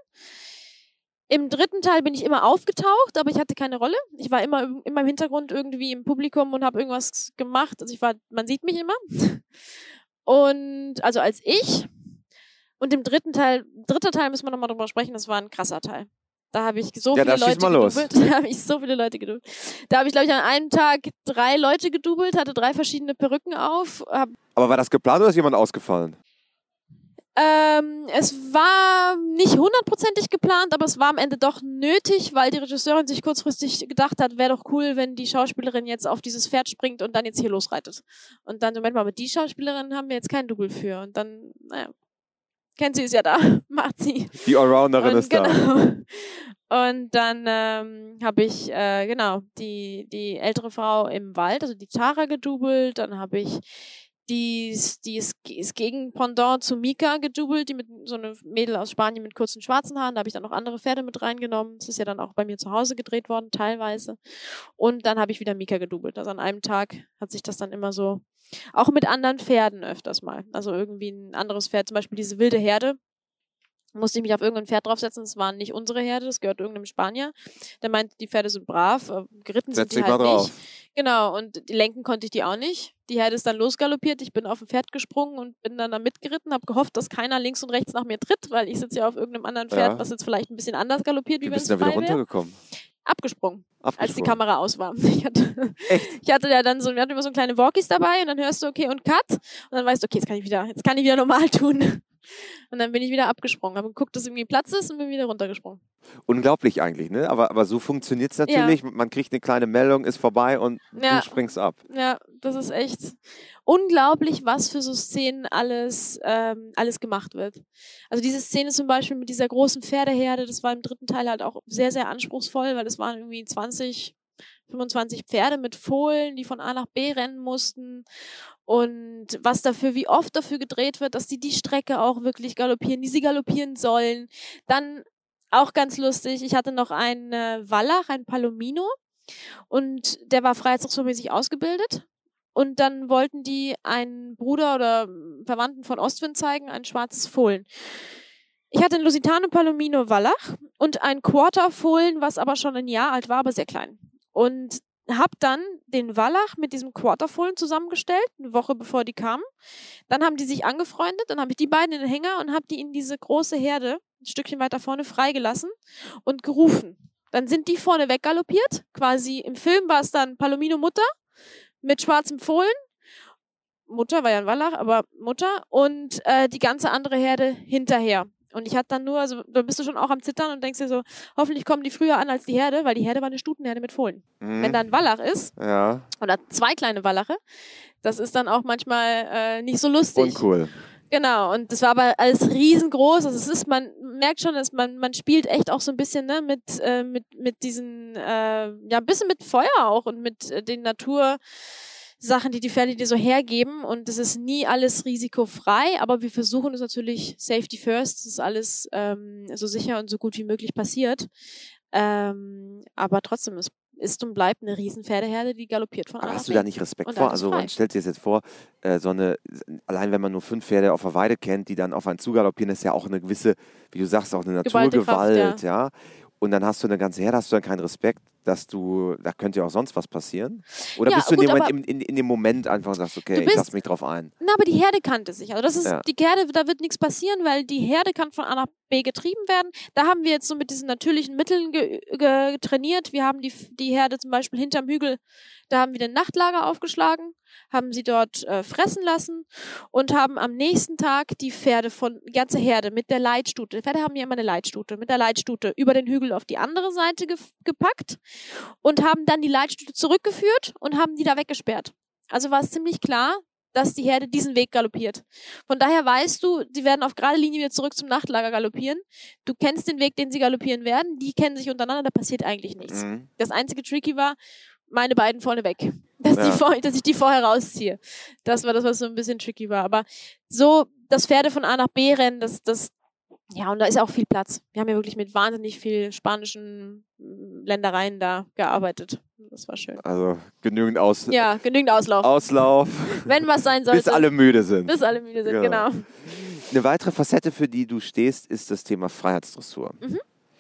Im dritten Teil bin ich immer aufgetaucht, aber ich hatte keine Rolle. Ich war immer, immer im Hintergrund irgendwie im Publikum und habe irgendwas gemacht. Also ich war, man sieht mich immer. Und also als ich. Und im dritten Teil, dritter Teil müssen wir nochmal drüber sprechen, das war ein krasser Teil. Da habe ich so Ja, viele da schieß Leute mal los. gedoubelt. Da habe ich so viele Leute gedoubelt. Da habe ich, glaube ich, an einem Tag drei Leute gedoubelt, hatte drei verschiedene Perücken auf. Hab, Aber war das geplant oder ist jemand ausgefallen? ähm, es war nicht hundertprozentig geplant, aber es war am Ende doch nötig, weil die Regisseurin sich kurzfristig gedacht hat, wäre doch cool, wenn die Schauspielerin jetzt auf dieses Pferd springt und dann jetzt hier losreitet. Und dann, Moment mal, aber die Schauspielerin haben wir jetzt kein Double für. Und dann, naja, kennt sie es ja da, macht sie. Die Allrounderin Und ist da. genau. Und dann ähm, habe ich, äh, genau, die, die ältere Frau im Wald, also die Tara gedoubelt. Dann habe ich die, die ist, ist Gegenpendant zu Mika gedoubelt, die mit so eine Mädel aus Spanien mit kurzen schwarzen Haaren. Da habe ich dann noch andere Pferde mit reingenommen. Das ist ja dann auch bei mir zu Hause gedreht worden, teilweise. Und dann habe ich wieder Mika gedoubelt. Also an einem Tag hat sich das dann immer so, auch mit anderen Pferden öfters mal. Also irgendwie ein anderes Pferd, zum Beispiel diese wilde Herde. Musste ich mich auf irgendein Pferd draufsetzen. Das war nicht unsere Herde, das gehört irgendeinem Spanier. Der meinte, die Pferde sind brav, äh, geritten Setz sind dich die halt mal drauf. nicht. Genau, und die lenken konnte ich die auch nicht. Die Herde ist dann losgaloppiert, ich bin auf ein Pferd gesprungen und bin dann da mitgeritten, habe gehofft, dass keiner links und rechts nach mir tritt, weil ich sitze ja auf irgendeinem anderen Pferd, Ja. was jetzt vielleicht ein bisschen anders galoppiert, wie Wie wenn es bist du da wieder frei wäre. runtergekommen? Abgesprungen, als die Abgesprungen. Kamera aus war. Ich hatte, Echt? ich hatte ja dann so, wir hatten immer so kleine Walkies dabei und dann hörst du, okay, und Cut. Und dann weißt du, okay, jetzt kann ich wieder, jetzt kann ich wieder normal tun. Und dann bin ich wieder abgesprungen, habe geguckt, dass irgendwie Platz ist und bin wieder runtergesprungen. Unglaublich eigentlich, ne? Aber, aber so funktioniert es natürlich. Ja. Man kriegt eine kleine Meldung, ist vorbei und ja. du springst ab. Ja, das ist echt unglaublich, was für so Szenen alles, ähm, alles gemacht wird. Also diese Szene zum Beispiel mit dieser großen Pferdeherde, das war im dritten Teil halt auch sehr, sehr anspruchsvoll, weil es waren irgendwie zwanzig, fünfundzwanzig Pferde mit Fohlen, die von A nach B rennen mussten. Und was dafür, wie oft dafür gedreht wird, dass die die Strecke auch wirklich galoppieren, die sie galoppieren sollen. Dann auch ganz lustig, ich hatte noch einen äh, Wallach, einen Palomino, und der war freiheitsrechtsmäßig ausgebildet. Und dann wollten die einen Bruder oder Verwandten von Ostwind zeigen, ein schwarzes Fohlen. Ich hatte einen Lusitano Palomino Wallach und ein Quarter-Fohlen, was aber schon ein Jahr alt war, aber sehr klein. Und habe dann den Wallach mit diesem Quarterfohlen zusammengestellt, eine Woche bevor die kamen. Dann haben die sich angefreundet, dann habe ich die beiden in den Hänger und habe die in diese große Herde, ein Stückchen weiter vorne, freigelassen und gerufen. Dann sind die vorne weggaloppiert, quasi im Film war es dann Palomino Mutter mit schwarzem Fohlen. Mutter war ja ein Wallach, aber Mutter und äh, die ganze andere Herde hinterher. Und ich hatte dann nur, also da bist du schon auch am Zittern und denkst dir so, hoffentlich kommen die früher an als die Herde, weil die Herde war eine Stutenherde mit Fohlen. Mhm. Wenn da ein Wallach ist, ja. oder zwei kleine Wallache, das ist dann auch manchmal äh, nicht so lustig. Uncool. Genau, und das war aber alles riesengroß. Also es ist, man merkt schon, dass man, man spielt echt auch so ein bisschen, ne, mit, äh, mit, mit diesen, äh, ja, ein bisschen mit Feuer auch und mit äh, den Natur. Sachen, die die Pferde dir so hergeben, und es ist nie alles risikofrei, aber wir versuchen es natürlich Safety first, dass alles ähm, so sicher und so gut wie möglich passiert. Ähm, aber trotzdem, es ist und bleibt eine riesen Pferdeherde, die galoppiert von A nach B. Aber hast du da nicht Respekt vor? Also man stellt sich das jetzt vor, äh, so eine, allein wenn man nur fünf Pferde auf der Weide kennt, die dann auf einen zugaloppieren, ist ja auch eine gewisse, wie du sagst, auch eine Naturgewalt, ja. ja. Und dann hast du eine ganze Herde, hast du dann keinen Respekt, dass du, da könnte ja auch sonst was passieren? Oder ja, bist du gut, in, dem Moment, in, in, in dem Moment einfach und sagst, okay, bist, ich lasse mich drauf ein? Na, aber die Herde kannte sich. Also das ist, ja. die Herde, da wird nichts passieren, weil die Herde kann von A nach B getrieben werden. Da haben wir jetzt so mit diesen natürlichen Mitteln ge, ge, trainiert. Wir haben die, die Herde zum Beispiel hinterm Hügel, da haben wir den Nachtlager aufgeschlagen, haben sie dort äh, fressen lassen und haben am nächsten Tag die Pferde von, die ganze Herde mit der Leitstute, die Pferde haben ja immer eine Leitstute, mit der Leitstute über den Hügel auf die andere Seite ge gepackt und haben dann die Leitstute zurückgeführt und haben die da weggesperrt. Also war es ziemlich klar, dass die Herde diesen Weg galoppiert. Von daher weißt du, die werden auf gerade Linie wieder zurück zum Nachtlager galoppieren. Du kennst den Weg, den sie galoppieren werden. Die kennen sich untereinander, da passiert eigentlich nichts. Mhm. Das einzige Tricky war, meine beiden vorne weg. Dass, ja. die vor, dass ich die vorher rausziehe. Das war das, was so ein bisschen tricky war. Aber so, das Pferde von A nach B rennen, das, das, ja, und da ist auch viel Platz. Wir haben ja wirklich mit wahnsinnig viel spanischen Ländereien da gearbeitet. Das war schön. Also genügend Aus ja, genügend Auslauf. Auslauf. Wenn was sein sollte. Bis alle müde sind. Bis alle müde sind, genau. genau. Eine weitere Facette, für die du stehst, ist das Thema Freiheitsdressur. Mhm.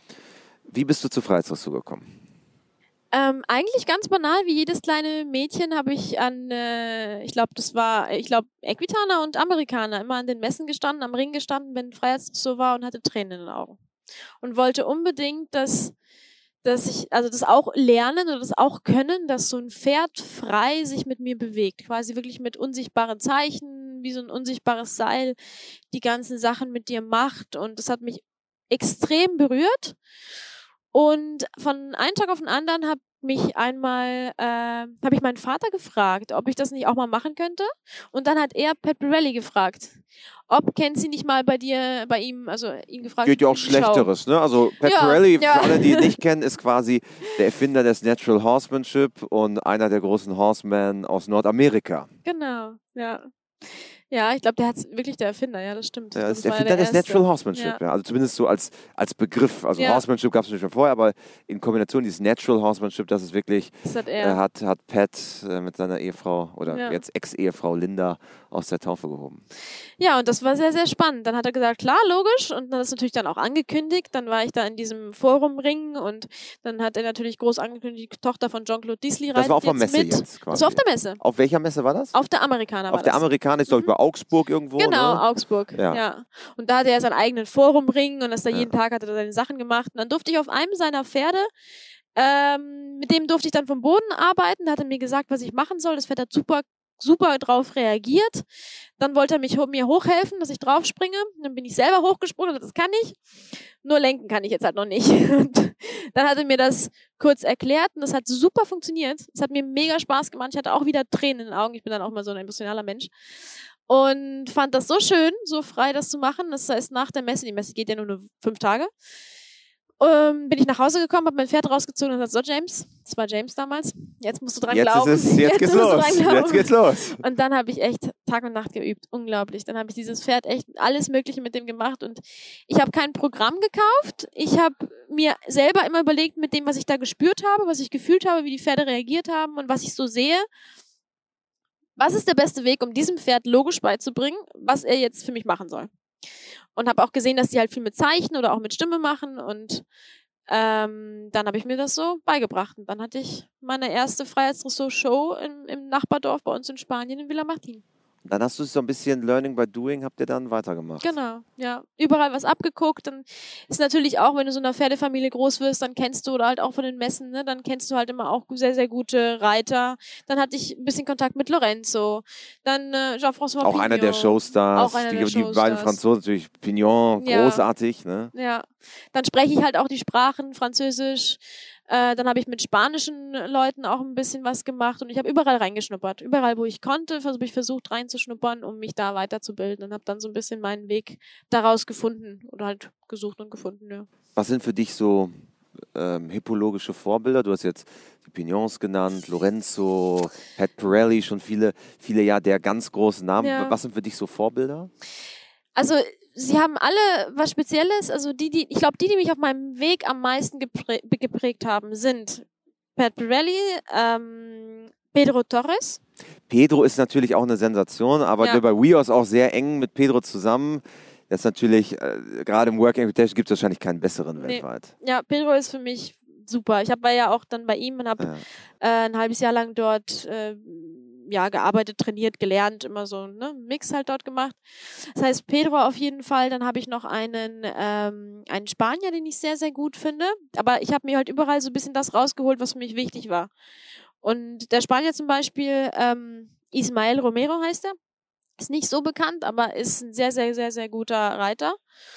Wie bist du zur Freiheitsdressur gekommen? Ähm, eigentlich ganz banal, wie jedes kleine Mädchen habe ich an, äh, ich glaube, das war, ich glaube, Equitaner und Amerikaner immer an den Messen gestanden, am Ring gestanden, wenn Freiheitsdressur war und hatte Tränen in den Augen. Und wollte unbedingt, dass, dass ich, also das auch lernen oder das auch können, dass so ein Pferd frei sich mit mir bewegt. Quasi wirklich mit unsichtbaren Zeichen, wie so ein unsichtbares Seil, die ganzen Sachen mit dir macht. Und das hat mich extrem berührt. Und von einem Tag auf den anderen habe mich einmal, äh, habe ich meinen Vater gefragt, ob ich das nicht auch mal machen könnte. Und dann hat er Pat Pirelli gefragt, ob Kenzie nicht mal bei dir, bei ihm, also ihn gefragt. Geht ja auch Schlechteres, ne? Also Pat ja, Pirelli, ja. für alle, die ihn nicht kennen, ist quasi der Erfinder des Natural Horsemanship und einer der großen Horsemen aus Nordamerika. Genau, ja. Ja, ich glaube, der hat wirklich der Erfinder, ja, das stimmt. Ja, das ist der Erfinder des Natural Horsemanship, ja. ja. Also zumindest so als, als Begriff. Also ja. Horsemanship gab es schon vorher, aber in Kombination dieses Natural Horsemanship, das ist wirklich, das hat, er. Äh, hat, hat Pat äh, mit seiner Ehefrau oder ja. jetzt Ex-Ehefrau Linda aus der Taufe gehoben. Ja, und das war sehr, sehr spannend. Dann hat er gesagt, klar, logisch. Und dann ist natürlich dann auch angekündigt. Dann war ich da in diesem Forumring und dann hat er natürlich groß angekündigt, die Tochter von Jean-Claude Disley reitet Das war auf der Messe mit. jetzt quasi. Das war auf der Messe. Auf welcher Messe war das? Auf der Amerikaner war Auf der das. Amerikaner ist, glaube ich, bei Augsburg irgendwo. Genau, ne? Augsburg. Ja. ja. Und da hatte er seinen eigenen Forumring und das da ja. jeden Tag hat er seine Sachen gemacht. Und dann durfte ich auf einem seiner Pferde, ähm, mit dem durfte ich dann vom Boden arbeiten. Da hat er mir gesagt, was ich machen soll. Das Pferd hat super, super drauf reagiert. Dann wollte er mich, mir hochhelfen, dass ich draufspringe. Dann bin ich selber hochgesprungen und das kann ich. Nur lenken kann ich jetzt halt noch nicht. Und dann hat er mir das kurz erklärt und das hat super funktioniert. Es hat mir mega Spaß gemacht. Ich hatte auch wieder Tränen in den Augen. Ich bin dann auch mal so ein emotionaler Mensch. Und fand das so schön, so frei das zu machen. Das heißt, nach der Messe, die Messe geht ja nur, nur fünf Tage, ähm, bin ich nach Hause gekommen, habe mein Pferd rausgezogen und gesagt, so James, das war James damals, jetzt musst du dran jetzt glauben. Ist es, jetzt, jetzt geht's los. Jetzt geht's los. Und dann habe ich echt Tag und Nacht geübt. Unglaublich. Dann habe ich dieses Pferd echt alles Mögliche mit dem gemacht und ich habe kein Programm gekauft. Ich habe mir selber immer überlegt mit dem, was ich da gespürt habe, was ich gefühlt habe, wie die Pferde reagiert haben und was ich so sehe. Was ist der beste Weg, um diesem Pferd logisch beizubringen, was er jetzt für mich machen soll? Und habe auch gesehen, dass die halt viel mit Zeichen oder auch mit Stimme machen und ähm, dann habe ich mir das so beigebracht. Und dann hatte ich meine erste Freiheitsdressur-Show im, im Nachbardorf bei uns in Spanien in Villamartin. Dann hast du so ein bisschen Learning by Doing, habt ihr dann weitergemacht? Genau, ja. Überall was abgeguckt. Dann ist natürlich auch, wenn du so in einer Pferdefamilie groß wirst, dann kennst du, oder halt auch von den Messen, ne, dann kennst du halt immer auch sehr, sehr gute Reiter. Dann hatte ich ein bisschen Kontakt mit Lorenzo. Dann äh, Jean-François Auch Pignon. einer der Showstars. Auch einer die, der die Showstars. beiden Franzosen natürlich. Pignon, ja. großartig. Ne? Ja. Dann spreche ich halt auch die Sprachen, Französisch. Äh, dann habe ich mit spanischen Leuten auch ein bisschen was gemacht und ich habe überall reingeschnuppert. Überall, wo ich konnte, habe ich versucht reinzuschnuppern, um mich da weiterzubilden und habe dann so ein bisschen meinen Weg daraus gefunden oder halt gesucht und gefunden, ja. Was sind für dich so ähm, hippologische Vorbilder? Du hast jetzt die Pignons genannt, Lorenzo, Pat Pirelli, schon viele, viele ja der ganz großen Namen. Ja. Was sind für dich so Vorbilder? Also sie haben alle was Spezielles. Also die, die, ich glaube, die, die mich auf meinem Weg am meisten geprä geprägt haben, sind Pat Pirelli, ähm, Pedro Torres. Pedro ist natürlich auch eine Sensation, aber ja. bei WIOS auch sehr eng mit Pedro zusammen. Das ist natürlich, äh, gerade im Working Equitation gibt es wahrscheinlich keinen besseren nee. weltweit. Ja, Pedro ist für mich super. Ich hab, war ja auch dann bei ihm und habe ja. äh, ein halbes Jahr lang dort äh, ja, gearbeitet, trainiert, gelernt, immer so ne, einen Mix halt dort gemacht. Das heißt, Pedro auf jeden Fall. Dann habe ich noch einen, ähm, einen Spanier, den ich sehr, sehr gut finde. Aber ich habe mir halt überall so ein bisschen das rausgeholt, was für mich wichtig war. Und der Spanier zum Beispiel, ähm, Ismael Romero heißt er. Ist nicht so bekannt, aber ist ein sehr, sehr, sehr, sehr guter Reiter.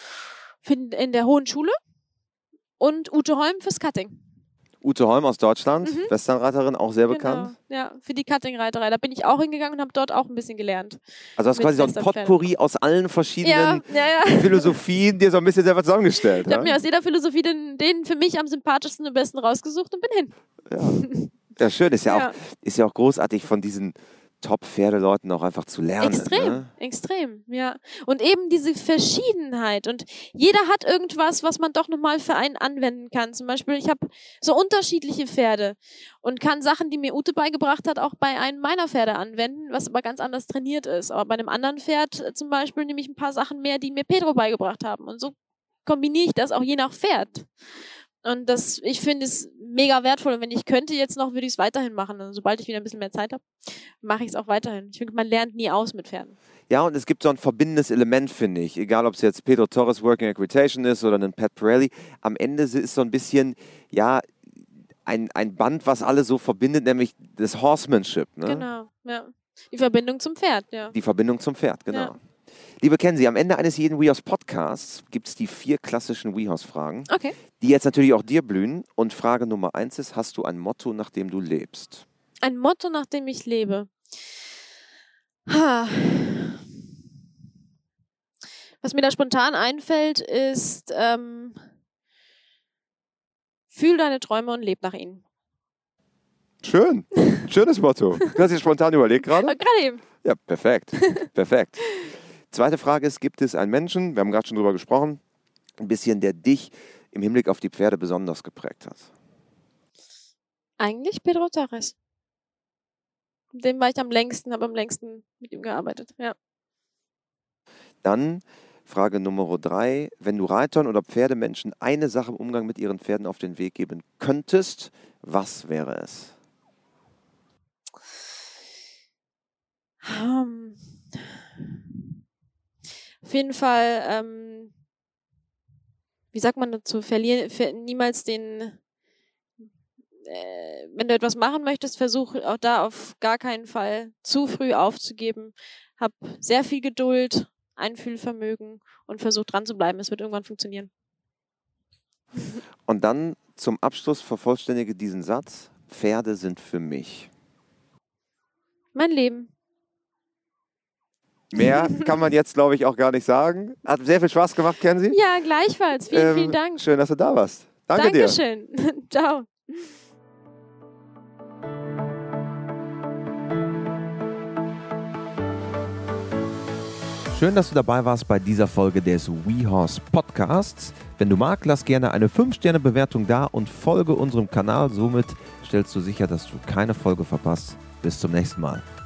In der Hohen Schule. Und Ute Holm fürs Cutting. Ute Holm aus Deutschland, mhm. Westernreiterin, auch sehr genau. bekannt. Ja, für die Cutting-Reiterei. Da bin ich auch hingegangen und habe dort auch ein bisschen gelernt. Also hast quasi so ein Potpourri aus allen verschiedenen ja, ja, ja. Philosophien dir so ein bisschen selber zusammengestellt. Ich habe mir aus jeder Philosophie den, den für mich am sympathischsten und besten rausgesucht und bin hin. Ja, ja schön. Ist ja, ja. Auch, ist ja auch großartig von diesen Top-Pferdeleuten auch einfach zu lernen. Extrem, ne? extrem, ja. Und eben diese Verschiedenheit. Und jeder hat irgendwas, was man doch nochmal für einen anwenden kann. Zum Beispiel, ich habe so unterschiedliche Pferde und kann Sachen, die mir Ute beigebracht hat, auch bei einem meiner Pferde anwenden, was aber ganz anders trainiert ist. Aber bei einem anderen Pferd zum Beispiel nehme ich ein paar Sachen mehr, die mir Pedro beigebracht haben. Und so kombiniere ich das auch je nach Pferd. Und das, ich finde es mega wertvoll. Und wenn ich könnte jetzt noch, würde ich es weiterhin machen. Und sobald ich wieder ein bisschen mehr Zeit habe, mache ich es auch weiterhin. Ich finde, man lernt nie aus mit Pferden. Ja, und es gibt so ein verbindendes Element, finde ich. Egal, ob es jetzt Pedro Torres Working Equitation ist oder ein Pat Pirelli. Am Ende ist so ein bisschen, ja, ein, ein Band, was alle so verbindet, nämlich das Horsemanship. Ne? Genau, ja. Die Verbindung zum Pferd, ja. Die Verbindung zum Pferd, genau. Ja. Liebe Kenzie, am Ende eines jeden WeHorse-Podcasts gibt es die vier klassischen WeHorse-Fragen, okay. die jetzt natürlich auch dir blühen. Und Frage Nummer eins ist, hast du ein Motto, nach dem du lebst? Ein Motto, nach dem ich lebe? Ha. Was mir da spontan einfällt, ist, ähm, fühl deine Träume und leb nach ihnen. Schön. Schönes Motto. Du hast dich spontan überlegt gerade? Gerade eben. Ja, perfekt. Perfekt. Zweite Frage ist, gibt es einen Menschen, wir haben gerade schon drüber gesprochen, ein bisschen, der dich im Hinblick auf die Pferde besonders geprägt hat? Eigentlich Pedro Torres. Mit dem war ich am längsten, habe am längsten mit ihm gearbeitet, ja. Dann Frage Nummer drei. Wenn du Reitern oder Pferdemenschen eine Sache im Umgang mit ihren Pferden auf den Weg geben könntest, was wäre es? Um, auf jeden Fall, ähm, wie sagt man dazu, verlieren, ver, niemals den, äh, wenn du etwas machen möchtest, versuch auch da auf gar keinen Fall zu früh aufzugeben. Hab sehr viel Geduld, Einfühlvermögen und versuch dran zu bleiben. Es wird irgendwann funktionieren. Und dann zum Abschluss vervollständige diesen Satz: Pferde sind für mich. Mein Leben. Mehr kann man jetzt, glaube ich, auch gar nicht sagen. Hat sehr viel Spaß gemacht, Kenzie. Ja, gleichfalls. Vielen, ähm, vielen Dank. Schön, dass du da warst. Danke Dankeschön. dir. Dankeschön. Ciao. Schön, dass du dabei warst bei dieser Folge des WeHorse Podcasts. Wenn du magst, lass gerne eine fünf Sterne Bewertung da und folge unserem Kanal. Somit stellst du sicher, dass du keine Folge verpasst. Bis zum nächsten Mal.